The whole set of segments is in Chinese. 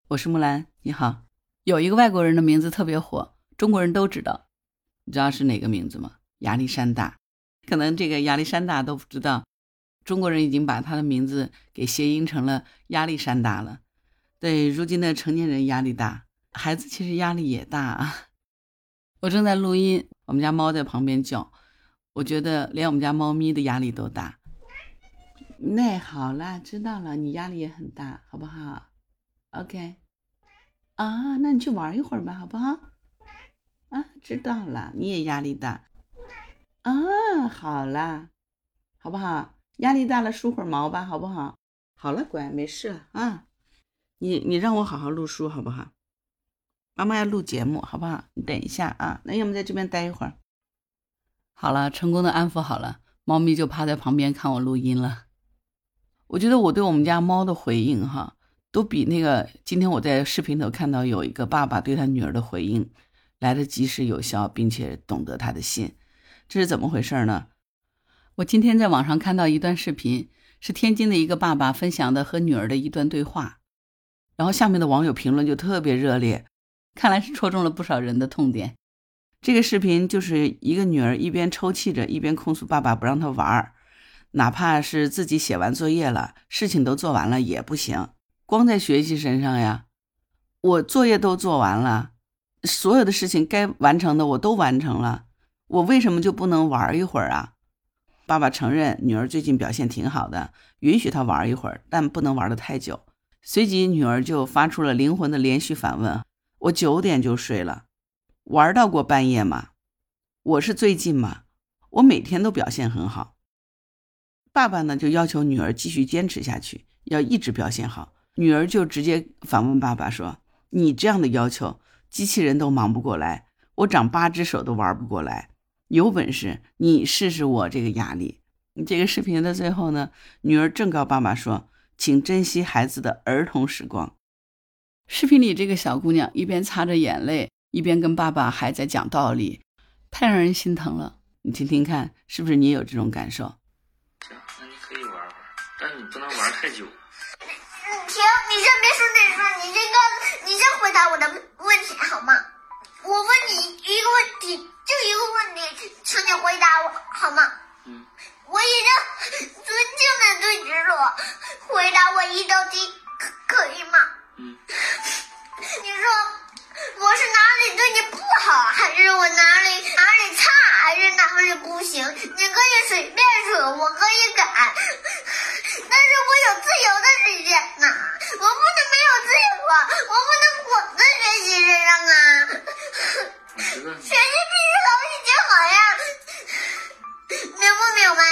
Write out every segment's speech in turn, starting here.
我是木兰，你好。有一个外国人的名字特别火，中国人都知道，你知道是哪个名字吗？亚历山大。可能这个亚历山大都不知道，中国人已经把他的名字给谐音成了压力山大了。对，如今的成年人压力大，孩子其实压力也大啊。我正在录音，我们家猫在旁边叫，我觉得连我们家猫咪的压力都大。那好啦，知道了，你压力也很大，好不好？OK， 啊，那你去玩一会儿吧，好不好？啊，知道了，你也压力大啊，好啦，好不好？压力大了，梳会儿毛吧，好不好？好了，乖，没事了啊。你让我好好录书，好不好？妈妈要录节目，好不好？你等一下啊，那要么在这边待一会儿。好了，成功的安抚好了，猫咪就趴在旁边看我录音了。我觉得我对我们家猫的回应哈，都比那个今天我在视频头看到有一个爸爸对他女儿的回应来得及时有效，并且懂得他的心。这是怎么回事呢？我今天在网上看到一段视频，是天津的一个爸爸分享的和女儿的一段对话，然后下面的网友评论就特别热烈，看来是戳中了不少人的痛点。这个视频就是一个女儿一边抽泣着，一边控诉爸爸不让她玩，哪怕是自己写完作业了，事情都做完了也不行，光在学习身上呀，我作业都做完了，所有的事情该完成的我都完成了，我为什么就不能玩一会儿啊？爸爸承认女儿最近表现挺好的，允许她玩一会儿，但不能玩得太久。随即女儿就发出了灵魂的连续反问，我9点就睡了，玩到过半夜吗？我是最近吗？我每天都表现很好。爸爸呢就要求女儿继续坚持下去，要一直表现好。女儿就直接反问爸爸说，你这样的要求机器人都忙不过来，我长8只手都玩不过来，有本事你试试我这个压力。这个视频的最后呢，女儿正告爸爸说，请珍惜孩子的儿童时光。视频里这个小姑娘一边擦着眼泪，一边跟爸爸还在讲道理，太让人心疼了。你听听看，是不是你也有这种感受？ 行，那你可以玩会儿，但你不能玩太久。 停，你先别说这事，你先回答我的问题好吗？我问你一个问题，就一个问题，请你回答我好吗？我已经尊敬的对直说，回答我1到10，可以吗？你说我是哪里对你不好，还是我哪里差，还是哪里不行？你可以随便说，我可以改，但是我有自由的时间呐，我不能没有自由啊，我不能光在学习身上啊，学习比考已经好呀，明不明白？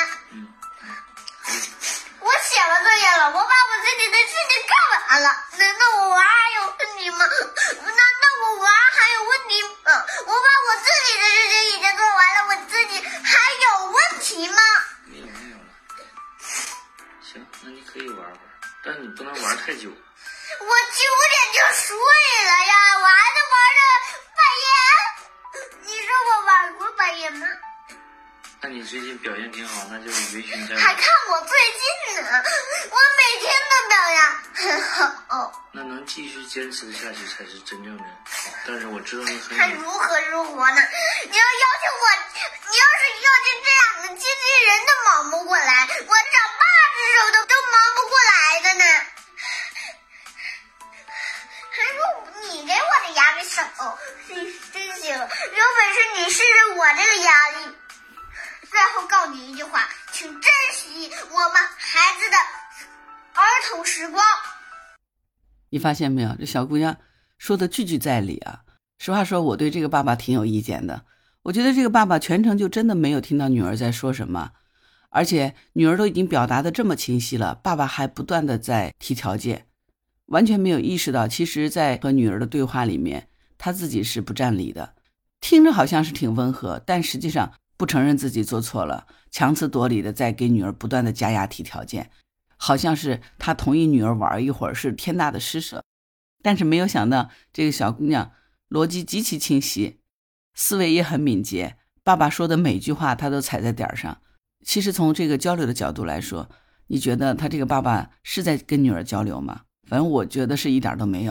我写了作业了，我把我自己的事情干完了，难道我玩还有问题吗？难道我玩还有问题吗？我把我自己的事情已经做完了，我自己还有问题吗？ 没有了。行，那你可以玩会儿，但你不能玩太久。 我9点就睡了呀，我还能玩到半夜？你说我玩过半夜吗？ 那你最近表现挺好，那就允许你再玩。 还看我最近呢，我每天都表现很好。 那能继续坚持下去才是真正的好，但是我知道你很还如何如何呢？你要求我，你要是要求这样的机器人都忙不过来，我长8只手都忙不过来的呢。还说你给我的压力少，真行，有本事你试试我这个压力。最后告你一句话，请珍惜我们孩子的儿童时光。 你发现没有，这小姑娘说的句句在理啊。实话说，我对这个爸爸挺有意见的。我觉得这个爸爸全程就真的没有听到女儿在说什么，而且女儿都已经表达的这么清晰了，爸爸还不断的在提条件，完全没有意识到其实在和女儿的对话里面他自己是不占理的。听着好像是挺温和，但实际上不承认自己做错了，强词夺理的在给女儿不断的加压提条件，好像是他同意女儿玩一会儿是天大的施舍。但是没有想到这个小姑娘逻辑极其清晰，思维也很敏捷，爸爸说的每句话他都踩在点上。其实从这个交流的角度来说，你觉得他这个爸爸是在跟女儿交流吗？反正我觉得是一点都没有，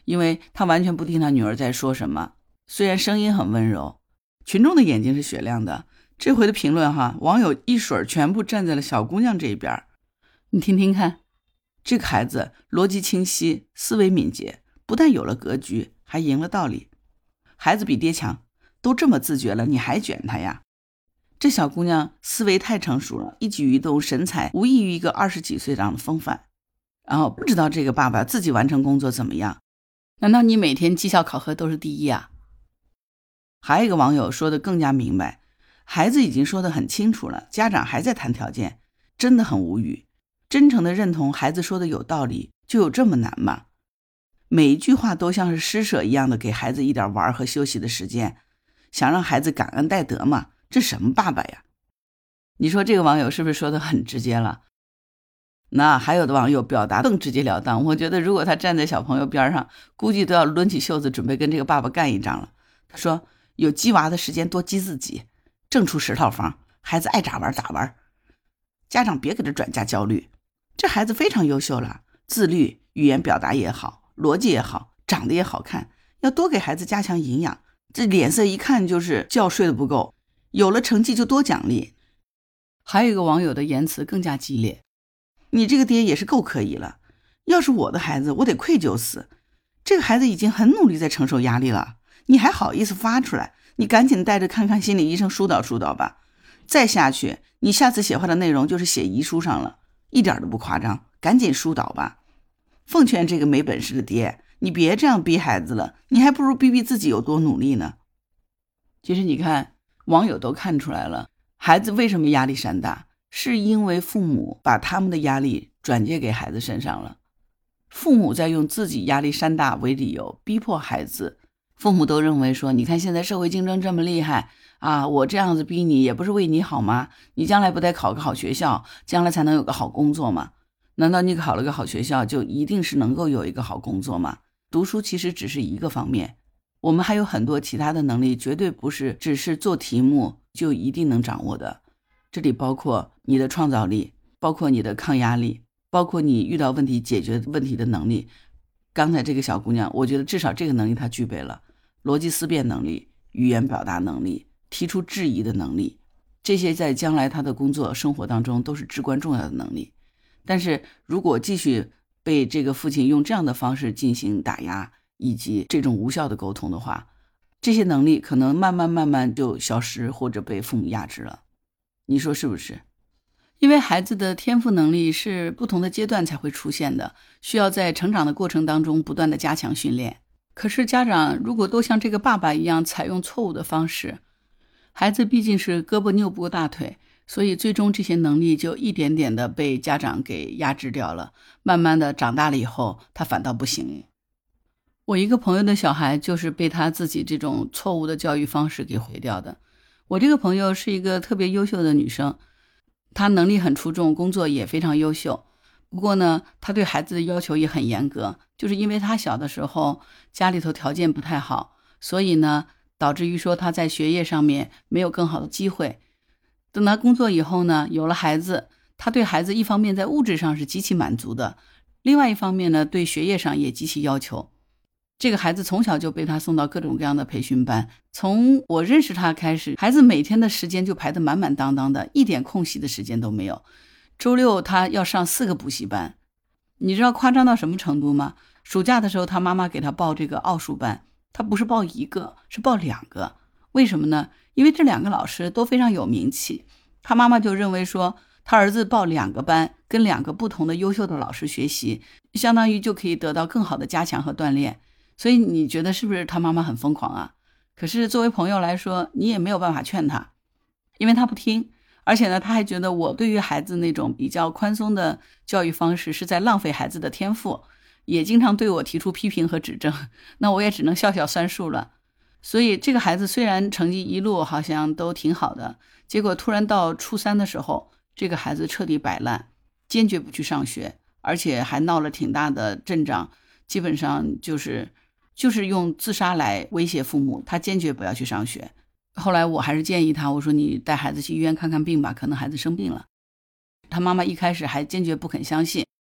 因为他完全不听他女儿在说什么，虽然声音很温柔。群众的眼睛是雪亮的，这回的评论网友一水全部站在了小姑娘这一边。你听听看，这个孩子逻辑清晰，思维敏捷，不但有了格局，还赢了道理。孩子比爹强，都这么自觉了，你还卷他呀？这小姑娘思维太成熟了，一举一动神采无异于一个20几岁这样的风范。然后不知道这个爸爸自己完成工作怎么样？难道你每天绩效考核都是第一啊？还有一个网友说的更加明白，孩子已经说得很清楚了，家长还在谈条件，真的很无语。真诚的认同孩子说的有道理，就有这么难吗？每一句话都像是施舍一样的给孩子一点玩和休息的时间，想让孩子感恩戴德吗？这什么爸爸呀？你说这个网友是不是说的很直接了？那还有的网友表达更直截了当，我觉得如果他站在小朋友边上，估计都要抡起袖子准备跟这个爸爸干一仗了。他说，有鸡娃的时间多激自己，挣出10套房，孩子爱咋玩咋玩，家长别给他转嫁焦虑。这孩子非常优秀了，自律，语言表达也好，逻辑也好，长得也好看，要多给孩子加强营养。这脸色一看就是觉睡得不够，有了成绩就多奖励。还有一个网友的言辞更加激烈，你这个爹也是够可以了，要是我的孩子我得愧疚死。这个孩子已经很努力在承受压力了，你还好意思发出来？你赶紧带着看看心理医生疏导疏导吧。再下去你下次写话的内容就是写遗书上了，一点都不夸张，赶紧疏导吧。奉劝这个没本事的爹，你别这样逼孩子了，你还不如逼逼自己有多努力呢。其实你看，网友都看出来了，孩子为什么压力山大，是因为父母把他们的压力转借给孩子身上了。父母在用自己压力山大为理由逼迫孩子，父母都认为说，你看现在社会竞争这么厉害啊，我这样子逼你也不是为你好吗？你将来不得考个好学校，将来才能有个好工作吗？难道你考了个好学校就一定是能够有一个好工作吗？读书其实只是一个方面，我们还有很多其他的能力，绝对不是只是做题目就一定能掌握的。这里包括你的创造力，包括你的抗压力，包括你遇到问题解决问题的能力。刚才这个小姑娘，我觉得至少这个能力她具备了，逻辑思辨能力，语言表达能力，提出质疑的能力，这些在将来她的工作生活当中都是至关重要的能力。但是如果继续被这个父亲用这样的方式进行打压，以及这种无效的沟通的话，这些能力可能慢慢就消失，或者被父母压制了。你说是不是？因为孩子的天赋能力是不同的阶段才会出现的，需要在成长的过程当中不断的加强训练。可是家长如果都像这个爸爸一样采用错误的方式，孩子毕竟是胳膊拗不过大腿，所以最终这些能力就一点点的被家长给压制掉了。慢慢的长大了以后，他反倒不行。我一个朋友的小孩就是被他自己这种错误的教育方式给毁掉的。我这个朋友是一个特别优秀的女生，她能力很出众，工作也非常优秀。不过呢，她对孩子的要求也很严格，就是因为她小的时候家里头条件不太好，所以呢，导致于说她在学业上面没有更好的机会。等她工作以后呢，有了孩子，她对孩子一方面在物质上是极其满足的，另外一方面呢，对学业上也极其要求。这个孩子从小就被他送到各种各样的培训班，从我认识他开始，孩子每天的时间就排得满满当当的，一点空隙的时间都没有。周六他要上4个补习班，你知道夸张到什么程度吗？暑假的时候他妈妈给他报这个奥数班，他不是报1个，是报2个。为什么呢？因为这2个老师都非常有名气，他妈妈就认为说他儿子报2个班，跟2个不同的优秀的老师学习，相当于就可以得到更好的加强和锻炼。所以你觉得是不是他妈妈很疯狂啊？可是作为朋友来说，你也没有办法劝他，因为他不听。而且呢，他还觉得我对于孩子那种比较宽松的教育方式是在浪费孩子的天赋，也经常对我提出批评和指正，那我也只能笑笑算数了。所以这个孩子虽然成绩一路好像都挺好的，结果突然到初3的时候，这个孩子彻底摆烂，坚决不去上学，而且还闹了挺大的阵仗，基本上就是用自杀来威胁父母，他坚决不要去上学。后来我还是建议他，我说你带孩子去医院看看病吧，可能孩子生病了。他妈妈一开始还坚决不肯相信，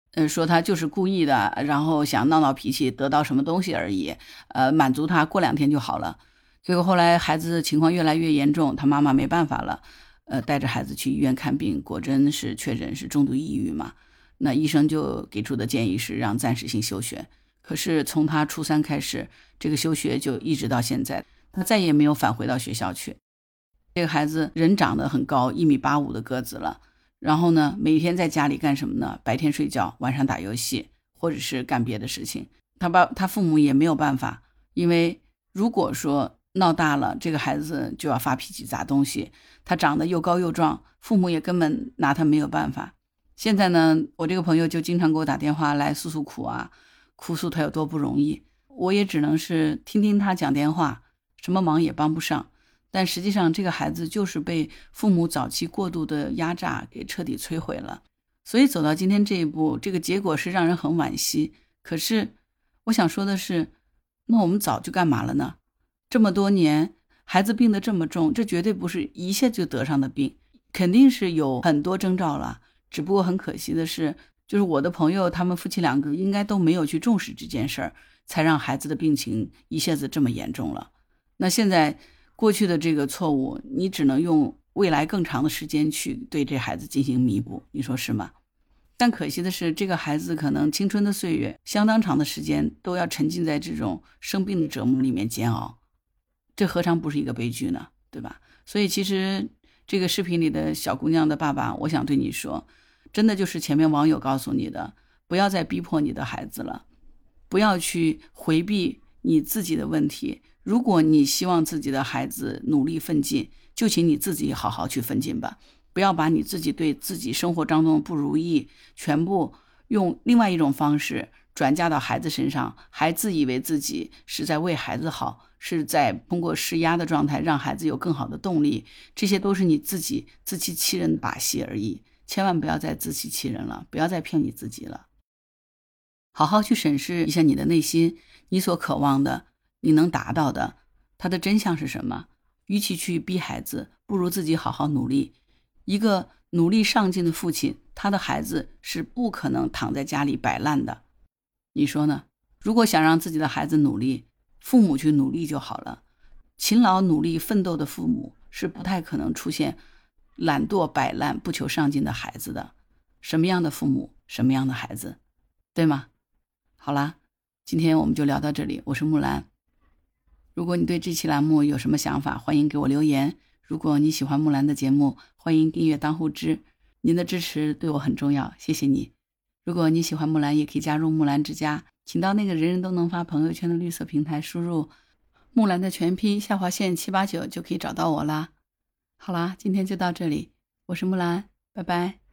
说他就是故意的，然后想闹闹脾气，得到什么东西而已，满足他，过2天就好了。结果后来孩子情况越来越严重，他妈妈没办法了，带着孩子去医院看病，果真是确诊是重度抑郁嘛。那医生就给出的建议是让暂时性休学。可是从他初3开始，这个休学就一直到现在，他再也没有返回到学校去。这个孩子人长得很高，1.85米的个子了，然后呢，每天在家里干什么呢？白天睡觉，晚上打游戏，或者是干别的事情。他父母也没有办法，因为如果说闹大了，这个孩子就要发脾气砸东西，他长得又高又壮，父母也根本拿他没有办法。现在呢，我这个朋友就经常给我打电话来诉诉苦啊，哭诉他有多不容易。我也只能是听听他讲电话，什么忙也帮不上。但实际上这个孩子就是被父母早期过度的压榨给彻底摧毁了。所以走到今天这一步，这个结果是让人很惋惜。可是我想说的是，那我们早就干嘛了呢？这么多年孩子病得这么重，这绝对不是一下就得上的病，肯定是有很多征兆了。只不过很可惜的是，就是我的朋友他们夫妻2个应该都没有去重视这件事儿，才让孩子的病情一下子这么严重了。那现在过去的这个错误，你只能用未来更长的时间去对这孩子进行弥补，你说是吗？但可惜的是，这个孩子可能青春的岁月相当长的时间都要沉浸在这种生病的折磨里面煎熬，这何尝不是一个悲剧呢？对吧？所以其实这个视频里的小姑娘的爸爸，我想对你说，真的就是前面网友告诉你的，不要再逼迫你的孩子了，不要去回避你自己的问题。如果你希望自己的孩子努力奋进，就请你自己好好去奋进吧，不要把你自己对自己生活当中的不如意全部用另外一种方式转嫁到孩子身上，还自以为自己是在为孩子好，是在通过施压的状态让孩子有更好的动力，这些都是你自己自欺欺人的把戏而已。千万不要再自欺欺人了，不要再骗你自己了。好好去审视一下你的内心，你所渴望的，你能达到的，它的真相是什么？与其去逼孩子，不如自己好好努力。一个努力上进的父亲，他的孩子是不可能躺在家里摆烂的。你说呢？如果想让自己的孩子努力，父母去努力就好了。勤劳努力奋斗的父母是不太可能出现懒惰摆烂不求上进的孩子的。什么样的父母，什么样的孩子，对吗？好啦，今天我们就聊到这里，我是木兰。如果你对这期栏目有什么想法，欢迎给我留言。如果你喜欢木兰的节目，欢迎订阅当户知，您的支持对我很重要，谢谢你。如果你喜欢木兰，也可以加入木兰之家，请到那个人人都能发朋友圈的绿色平台，输入木兰的全拼789就可以找到我啦。好啦，今天就到这里，我是木兰，拜拜。